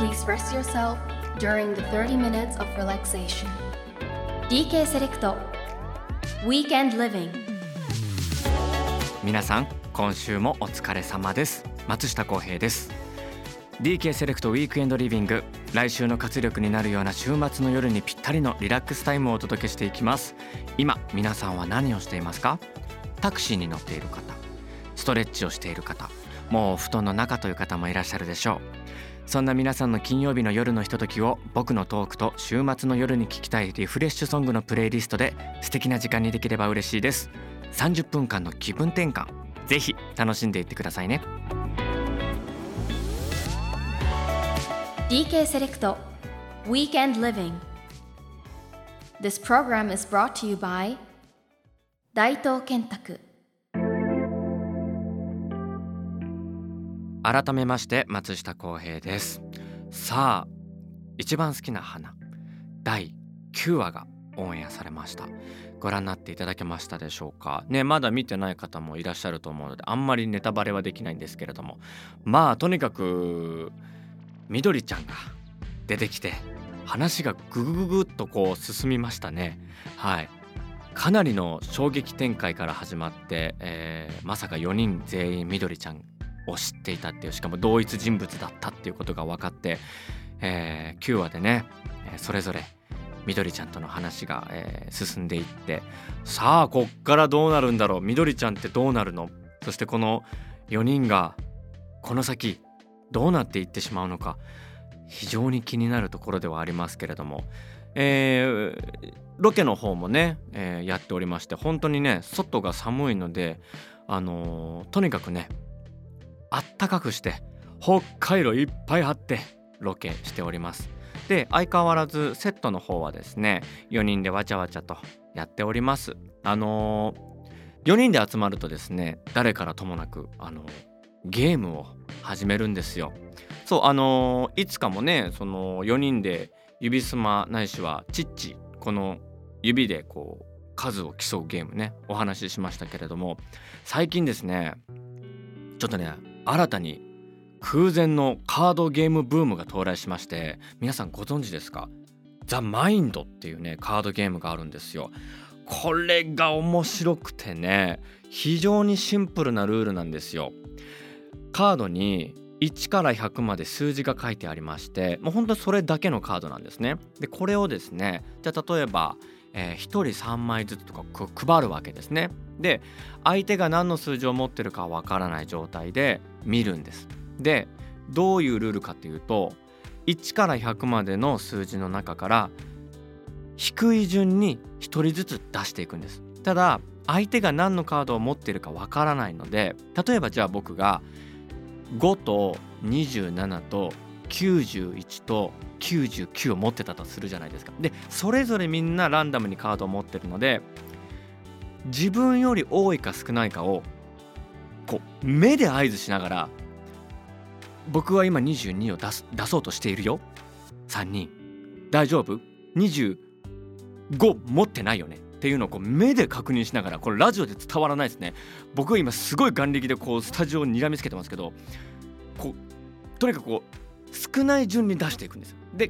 Please rest yourself during the 30 minutes of relaxation. DK セレクト Weekend Living。 皆さん今週もお疲れ様です。松下洸平です。 DK セレクトウィークエンドリビング、来週の活力になるような週末の夜にぴったりのリラックスタイムをお届けしていきます。今皆さんは何をしていますか？タクシーに乗っている方、ストレッチをしている方、もう布団の中という方もいらっしゃるでしょう。そんな皆さんの金曜日の夜のひとときを僕のトークと週末の夜に聴きたいリフレッシュソングのプレイリストで素敵な時間にできれば嬉しいです。30分間の気分転換、ぜひ楽しんでいってくださいね。 DK セレクト Weekend Living。 This program is brought to you by 大東建託。 改めまして松下洸平です。さあ、一番好きな花第9話がオンエアされました。ご覧になっていただけましたでしょうかね。まだ見てない方もいらっしゃると思うのであんまりネタバレはできないんですけれども、まあとにかくみどりちゃんが出てきて話がググググっとこう進みましたね。はい、かなりの衝撃展開から始まって、まさか4人全員みどりちゃんを知っていたっていう、しかも同一人物だったっていうことが分かって、9話でね、それぞれみどりちゃんとの話が、進んでいって、さあこっからどうなるんだろう、みどりちゃんってどうなるの、そしてこの4人がこの先どうなっていってしまうのか非常に気になるところではありますけれども、ロケの方もね、やっておりまして、本当にね外が寒いので、とにかくねあったかくして北海道いっぱい張ってロケしております。で、相変わらずセットの方はですね4人でわちゃわちゃとやっております。4人で集まるとですね、誰からともなくゲームを始めるんですよ。そう、いつかもねその4人で指スマないしはチッチ、この指でこう数を競うゲームねお話ししましたけれども、最近ですねちょっとね新たに空前のカードゲームブームが到来しまして、皆さんご存知ですか？ザ・マインドっていうねカードゲームがあるんですよ。これが面白くてね、非常にシンプルなルールなんですよ。カードに1から100まで数字が書いてありまして、もう本当にそれだけのカードなんですね。でこれをですね、じゃあ例えば、1人3枚ずつとか配るわけですね。で相手が何の数字を持ってるかわからない状態で見るんです。でどういうルールかというと、1から100までの数字の中から低い順に1人ずつ出していくんです。ただ相手が何のカードを持っているかわからないので、例えばじゃあ僕が5と27と91と99を持ってたとするじゃないですか。でそれぞれみんなランダムにカードを持ってるので、自分より多いか少ないかをこう目で合図しながら、僕は今22を出そうとしているよ、3人大丈夫、25持ってないよねっていうのをこう目で確認しながら、これラジオで伝わらないですね。僕は今すごい眼力でこうスタジオを睨みつけてますけど、こうとにかくこう少ない順に出していくんですよ。で、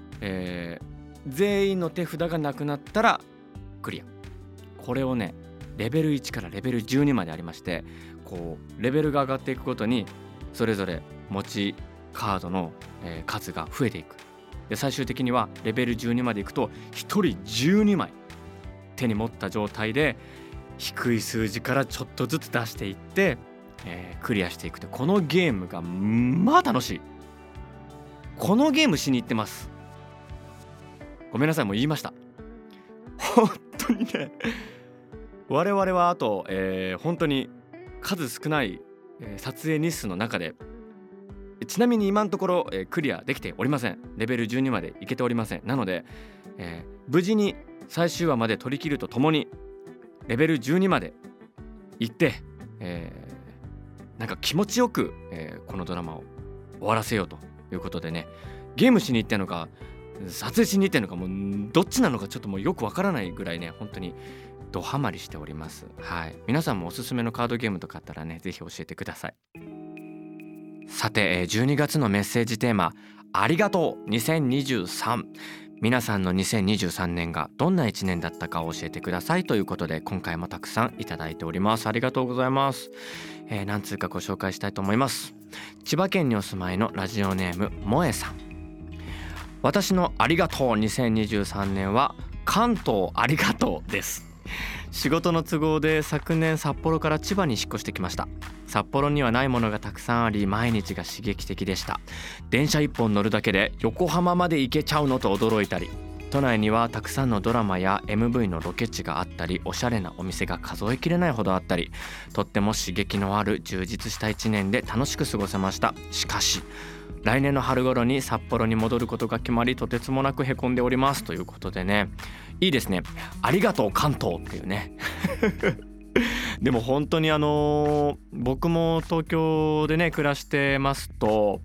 全員の手札がなくなったらクリア。これをねレベル1からレベル12までありまして、こうレベルが上がっていくごとにそれぞれ持ちカードの、数が増えていく。で最終的にはレベル12までいくと1人12枚手に持った状態で低い数字からちょっとずつ出していって、クリアしていくと、このゲームがまあ楽しい。このゲームしに行ってます。ごめんなさい、もう言いました。本当にね我々はあと、本当に数少ない、撮影日数の中で、ちなみに今のところ、クリアできておりません。レベル12までいけておりません。なので、無事に最終話まで取り切るとともにレベル12まで行って、なんか気持ちよく、このドラマを終わらせようということでね、ゲームしに行ってんのか撮影しに行ってんのか、もうどっちなのかちょっともうよくわからないぐらいね、本当にドハマりしております。はい、皆さんもおすすめのカードゲームとかあったらね、ぜひ教えてください。さて、12月のメッセージテーマ、 ありがとう2023。皆さんの2023年がどんな1年だったか教えてくださいということで、今回もたくさんいただいております。ありがとうございます。何通かご紹介したいと思います。千葉県にお住まいのラジオネームもえさん。私のありがとう2023年は関東ありがとうです。仕事の都合で昨年札幌から千葉に引っ越してきました。札幌にはないものがたくさんあり、毎日が刺激的でした。電車1本乗るだけで横浜まで行けちゃうのと驚いたり、都内にはたくさんのドラマや MV のロケ地があったり、おしゃれなお店が数えきれないほどあったり、とっても刺激のある充実した1年で楽しく過ごせました。しかし来年の春頃に札幌に戻ることが決まり、とてつもなくへこんでおりますということでね。いいですね、ありがとう関東っていうねでも本当に僕も東京でね暮らしてますと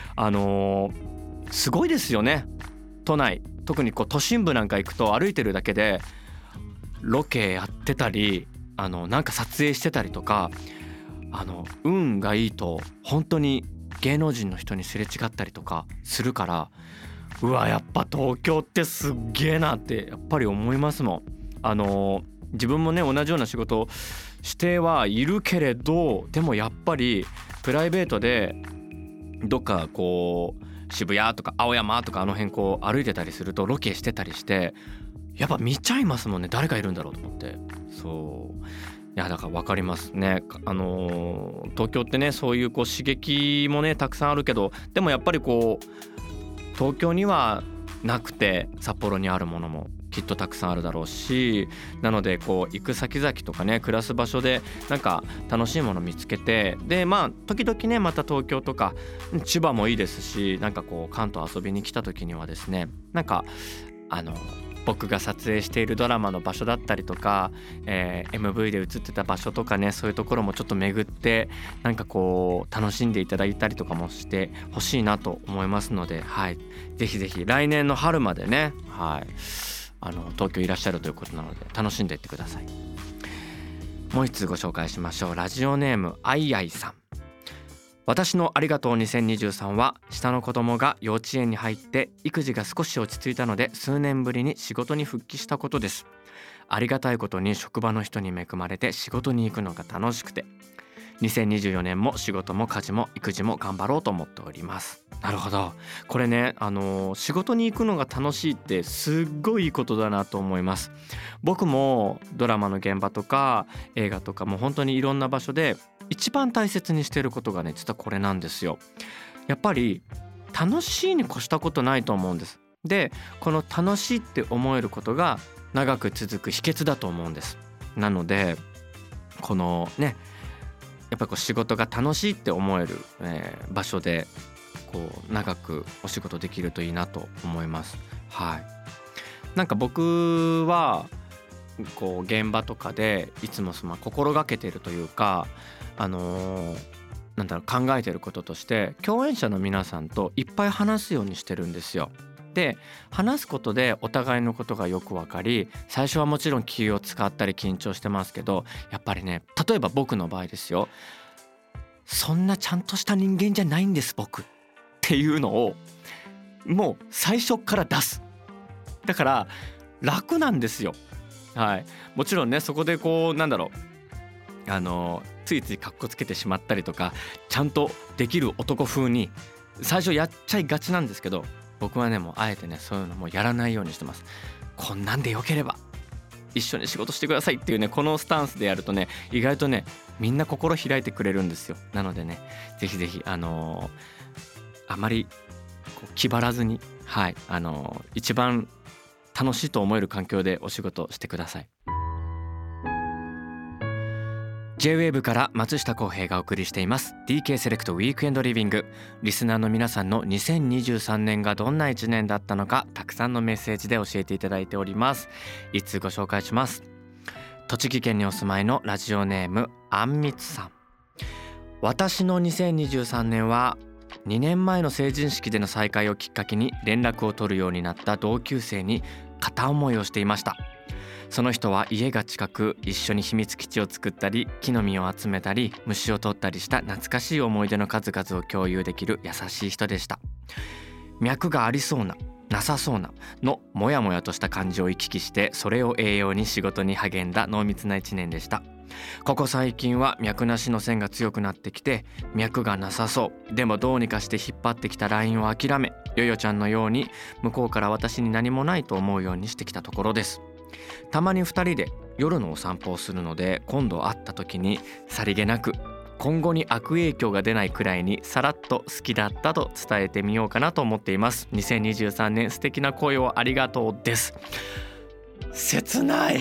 すごいですよね。都内、特に都心部なんか行くと歩いてるだけでロケやってたりなんか撮影してたりとか、運がいいと本当に芸能人の人にすれ違ったりとかするから、うわやっぱ東京ってすっげえなってやっぱり思いますもん。自分もね同じような仕事をしてはいるけれど、でもやっぱりプライベートでどっか渋谷とか青山とかあの辺歩いてたりすると、ロケしてたりしてやっぱ見ちゃいますもんね。誰がいるんだろうと思って。そういやだから分かりますね。東京ってねそういう刺激もねたくさんあるけど、でもやっぱり東京にはなくて札幌にあるものもきっとたくさんあるだろうし、なので行く先々とかね暮らす場所でなんか楽しいもの見つけて、で時々ねまた東京とか千葉もいいですし、なんか関東遊びに来た時にはですね、なんか僕が撮影しているドラマの場所だったりとか、MV で映ってた場所とかね、そういうところもちょっと巡ってなんか楽しんでいただいたりとかもしてほしいなと思いますので、はい、ぜひぜひ来年の春までね、はい、東京いらっしゃるということなので楽しんでいってください。もう一通ご紹介しましょう。ラジオネームあいあいさん。私のありがとう2023は、下の子供が幼稚園に入って育児が少し落ち着いたので、数年ぶりに仕事に復帰したことです。ありがたいことに職場の人に恵まれて仕事に行くのが楽しくて、2024年も仕事も家事も育児も頑張ろうと思っております。なるほど、これね仕事に行くのが楽しいってすっごいいいことだなと思います。僕もドラマの現場とか映画とかも本当にいろんな場所で一番大切にしていることがね、実はこれなんですよ。やっぱり楽しいに越したことないと思うんです。でこの楽しいって思えることが長く続く秘訣だと思うんです。なのでこのねやっぱり仕事が楽しいって思える、場所で長くお仕事できるといいなと思います。はい。なんか僕は現場とかでいつも心がけているというか、考えていることとして、共演者の皆さんといっぱい話すようにしてるんですよ。で話すことでお互いのことがよく分かり、最初はもちろん気を使ったり緊張してますけど、やっぱりね、例えば僕の場合ですよ、そんなちゃんとした人間じゃないんです僕っていうのをもう最初から出す。だから楽なんですよ。はい。もちろんね、そこでついついカッコつけてしまったりとか、ちゃんとできる男風に最初やっちゃいがちなんですけど、僕はねもうあえてねそういうのもやらないようにしてます。こんなんでよければ一緒に仕事してくださいっていうね、このスタンスでやるとね、意外とねみんな心開いてくれるんですよ。なのでね、ぜひぜひあまり気張らずに、はい、一番楽しいと思える環境でお仕事してください。J-WAVE から松下洸平がお送りしています DK セレクトウィークエンドリビング。リスナーの皆さんの2023年がどんな1年だったのか、たくさんのメッセージで教えていただいております。いつご紹介します。栃木県にお住まいのラジオネームあんみつさん。私の2023年は2年前の成人式での再会をきっかけに連絡を取るようになった同級生に片思いをしていました。その人は家が近く、一緒に秘密基地を作ったり木の実を集めたり虫を取ったりした懐かしい思い出の数々を共有できる優しい人でした。 脈がありそうななさそうなのモヤモヤとした感じを行き来して、それを栄養に仕事に励んだ濃密な1年でした。ここ最近は脈なしの線が強くなってきて、脈がなさそうでもどうにかして引っ張ってきたラインを諦め、よよちゃんのように向こうから私に何もないと思うようにしてきたところです。たまに2人で夜のお散歩をするので、今度会った時にさりげなく今後に悪影響が出ないくらいにさらっと好きだったと伝えてみようかなと思っています。2023年素敵な声をありがとうです。切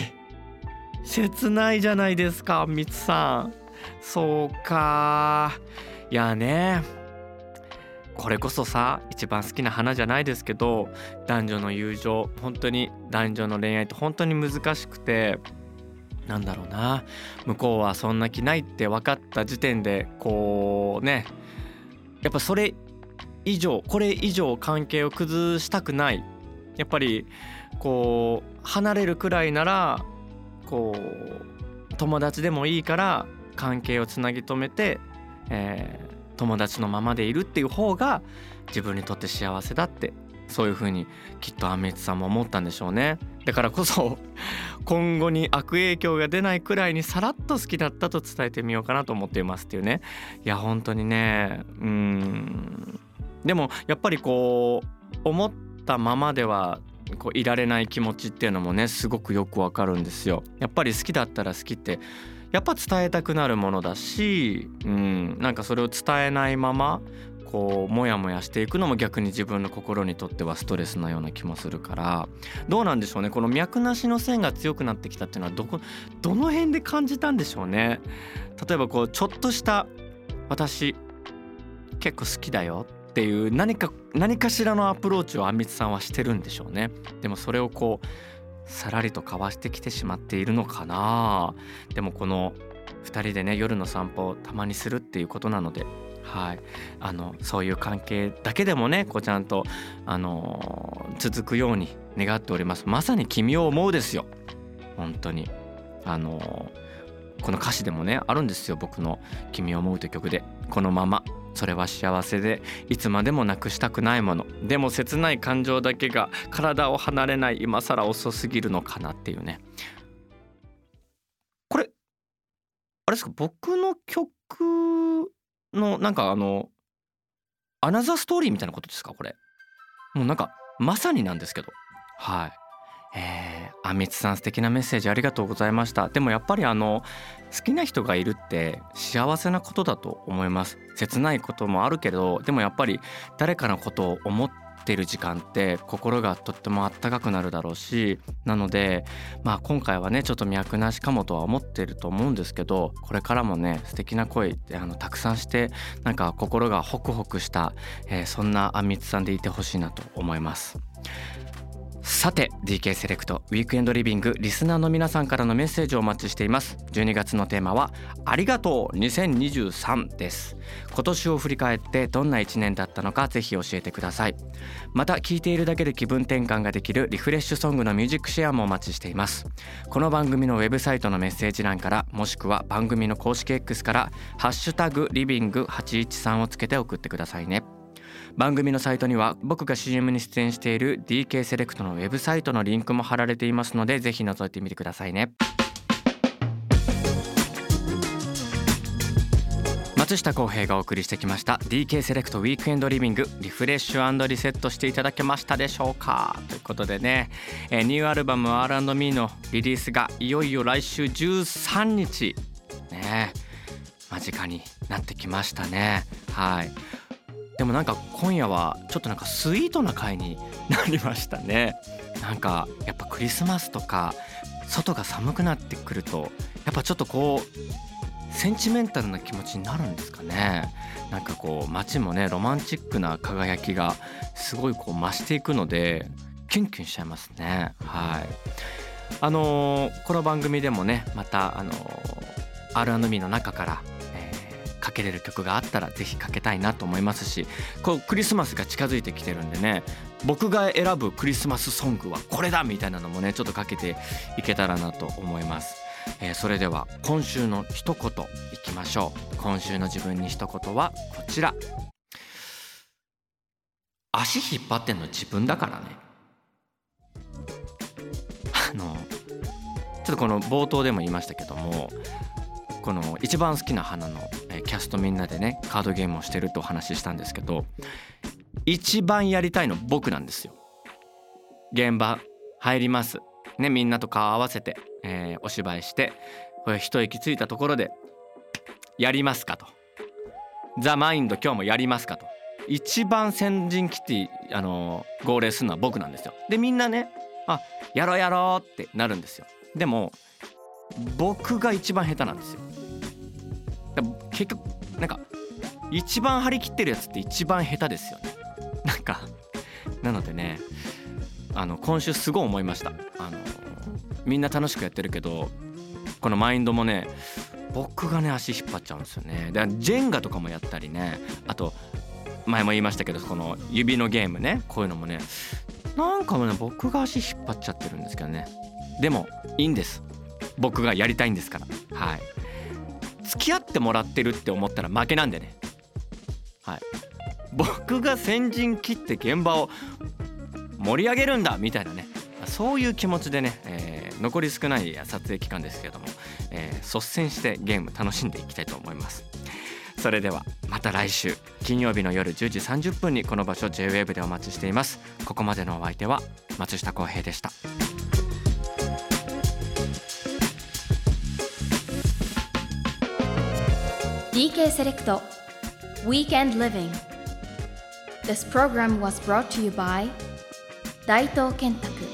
ないじゃないですか、みつさん。そうか。いやね、これこそさ、一番好きな花じゃないですけど、男女の友情、本当に男女の恋愛って本当に難しくて、なんだろうな、向こうはそんな気ないって分かった時点でこうね、やっぱこれ以上関係を崩したくない。やっぱりこう離れるくらいならこう友達でもいいから関係をつなぎ止めて、友達のままでいるっていう方が自分にとって幸せだって、そういう風にきっとアンミツさんも思ったんでしょうね。だからこそ今後に悪影響が出ないくらいにさらっと好きだったと伝えてみようかなと思っていますっていうね。いや本当にね、でもやっぱりこう思ったままではこういられない気持ちっていうのもね、すごくよくわかるんですよ。やっぱり好きだったら好きってやっぱ伝えたくなるものだし、なんかそれを伝えないままこうモヤモヤしていくのも逆に自分の心にとってはストレスなような気もするから、どうなんでしょうね。この脈なしの線が強くなってきたっていうのはどの辺で感じたんでしょうね。例えばこうちょっとした私結構好きだよっていう何かしらのアプローチをあんみつさんはしてるんでしょうね。でもそれをこうさらりとかわしてきてしまっているのかな。でもこの2人でね夜の散歩をたまにするっていうことなので、はい、そういう関係だけでもねこうちゃんと、続くように願っております。まさに君を思うですよ本当に。この歌詞でもねあるんですよ、僕の君を思うという曲で。このままそれは幸せでいつまでもなくしたくないもの、でも切ない感情だけが体を離れない、今更遅すぎるのかなっていうね。これあれですか、僕の曲のなんかアナザーストーリーみたいなことですかこれ。もうなんかまさになんですけど、はい。あみつさん素敵なメッセージありがとうございました。でもやっぱり好きな人がいるって幸せなことだと思います。切ないこともあるけど、でもやっぱり誰かのことを思ってる時間って心がとってもあったかくなるだろうし、なので今回はねちょっと脈なしかもとは思ってると思うんですけど、これからもね素敵な声ってたくさんして、なんか心がホクホクした、そんなあみつさんでいてほしいなと思います。さて DK セレクトウィークエンドリビング、リスナーの皆さんからのメッセージをお待ちしています。12月のテーマはありがとう2023です。今年を振り返ってどんな1年だったのかぜひ教えてください。また聴いているだけで気分転換ができるリフレッシュソングのミュージックシェアもお待ちしています。この番組のウェブサイトのメッセージ欄から、もしくは番組の公式 X からハッシュタグリビング813をつけて送ってくださいね。番組のサイトには僕が CM に出演している DK セレクトのウェブサイトのリンクも貼られていますので、ぜひ覗いてみてくださいね。松下洸平がお送りしてきました DK セレクトウィークエンドリビング、リフレッシュ&リセットしていただけましたでしょうか。ということでね、ニューアルバム R&Me のリリースがいよいよ来週13日ね間近になってきましたね。はい。でもなんか今夜はちょっとなんかスイートな回になりましたね。なんかやっぱクリスマスとか外が寒くなってくるとやっぱちょっとこうセンチメンタルな気持ちになるんですかね。なんかこう街もねロマンチックな輝きがすごいこう増していくのでキュンキュンしちゃいますね。はい。この番組でもねまたR&Me の中からかけれる曲があったらぜひかけたいなと思いますし、こうクリスマスが近づいてきてるんでね、僕が選ぶクリスマスソングはこれだみたいなのもねちょっとかけていけたらなと思います。それでは今週の一言いきましょう。今週の自分に一言はこちら。 足引っ張ってんの自分だからね。ちょっとこの冒頭でも言いましたけども、この一番好きな花のキャストみんなでねカードゲームをしてるとお話ししたんですけど、一番やりたいの僕なんですよ。現場入りますね、みんなと顔合わせて、お芝居して、これ一息ついたところでやりますかと、ザ・マインド今日もやりますかと、一番先陣切って号令するのは僕なんですよ。でみんなね、あ、やろうやろうってなるんですよ。でも僕が一番下手なんですよ。結局なんか一番張り切ってるやつって一番下手ですよね。なのでね、今週すごい思いました。みんな楽しくやってるけど、このマインドもね、僕がね足引っ張っちゃうんですよね。でジェンガとかもやったりね、あと前も言いましたけど、この指のゲームね、こういうのもね、なんかもね僕が足引っ張っちゃってるんですけどね。でもいいんです、僕がやりたいんですから。はい、付き合ってもらってるって思ったら負けなんでね。はい、僕が先陣切って現場を盛り上げるんだみたいなね、そういう気持ちでね、残り少ない撮影期間ですけれども、率先してゲーム楽しんでいきたいと思います。それではまた来週金曜日の夜10時30分にこの場所 J-WAVE でお待ちしています。ここまでのお相手は松下洸平でした。 DK セレクト Weekend Living. This program was brought to you by 大東建託